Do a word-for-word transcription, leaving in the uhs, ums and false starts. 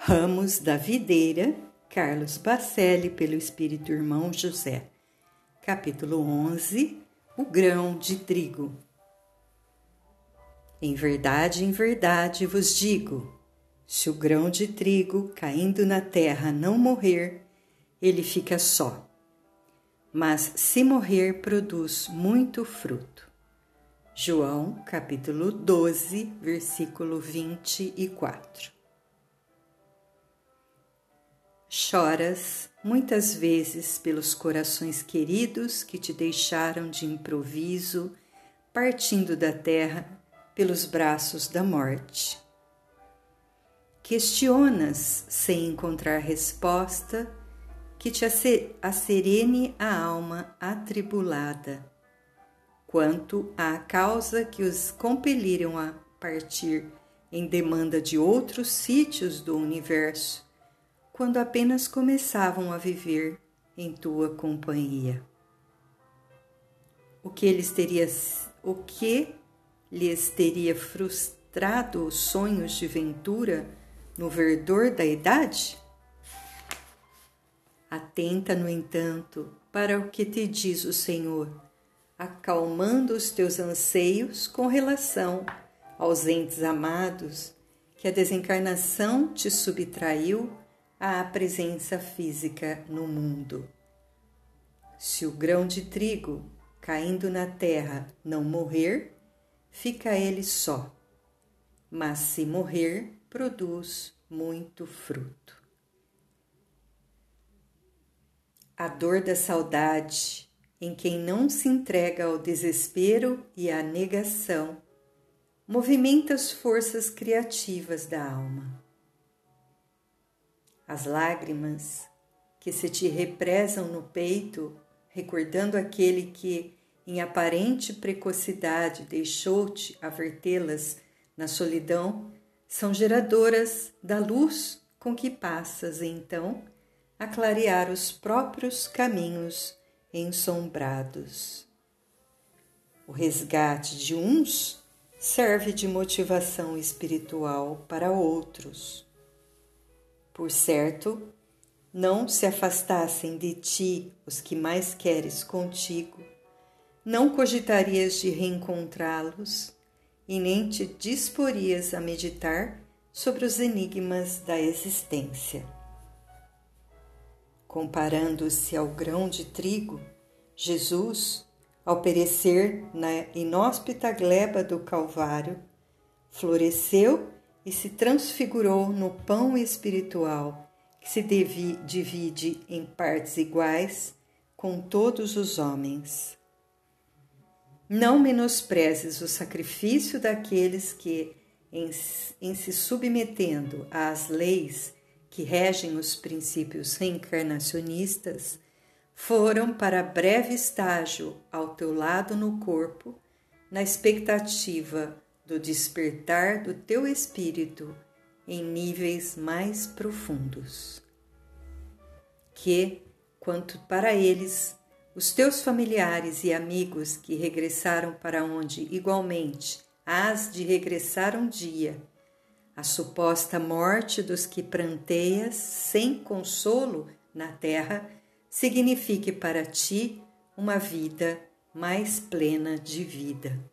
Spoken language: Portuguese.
Ramos da Videira, Carlos Bacelli, pelo Espírito Irmão José. Capítulo onze. O grão de trigo. Em verdade, em verdade vos digo, se o grão de trigo caindo na terra não morrer, ele fica só. Mas se morrer, produz muito fruto. João, capítulo doze, versículo vinte e quatro. Choras muitas vezes pelos corações queridos que te deixaram de improviso, partindo da terra pelos braços da morte. Questionas sem encontrar resposta que te acerene a alma atribulada, quanto à causa que os compeliram a partir em demanda de outros sítios do universo, quando apenas começavam a viver em tua companhia. O que lhes teria, o que lhes teria frustrado os sonhos de ventura no verdor da idade? Atenta, no entanto, para o que te diz o Senhor, acalmando os teus anseios com relação aos entes amados que a desencarnação te subtraiu à presença física no mundo. Se o grão de trigo, caindo na terra, não morrer, fica ele só, mas se morrer, produz muito fruto. A dor da saudade em quem não se entrega ao desespero e à negação movimenta as forças criativas da alma. As lágrimas que se te represam no peito, recordando aquele que, em aparente precocidade, deixou-te a vertê-las na solidão, são geradoras da luz com que passas, então, a clarear os próprios caminhos ensombrados. O resgate de uns serve de motivação espiritual para outros. Por certo, não se afastassem de ti os que mais queres contigo, não cogitarias de reencontrá-los e nem te disporias a meditar sobre os enigmas da existência. Comparando-se ao grão de trigo, Jesus, ao perecer na inóspita gleba do Calvário, floresceu e se transfigurou no pão espiritual que se devi, divide em partes iguais com todos os homens. Não menosprezes o sacrifício daqueles que, em, em se submetendo às leis que regem os princípios reencarnacionistas, foram para breve estágio ao teu lado no corpo, na expectativa do despertar do teu espírito em níveis mais profundos. Que, quanto para eles, os teus familiares e amigos que regressaram para onde igualmente hás de regressar um dia, a suposta morte dos que pranteias sem consolo na terra signifique para ti uma vida mais plena de vida.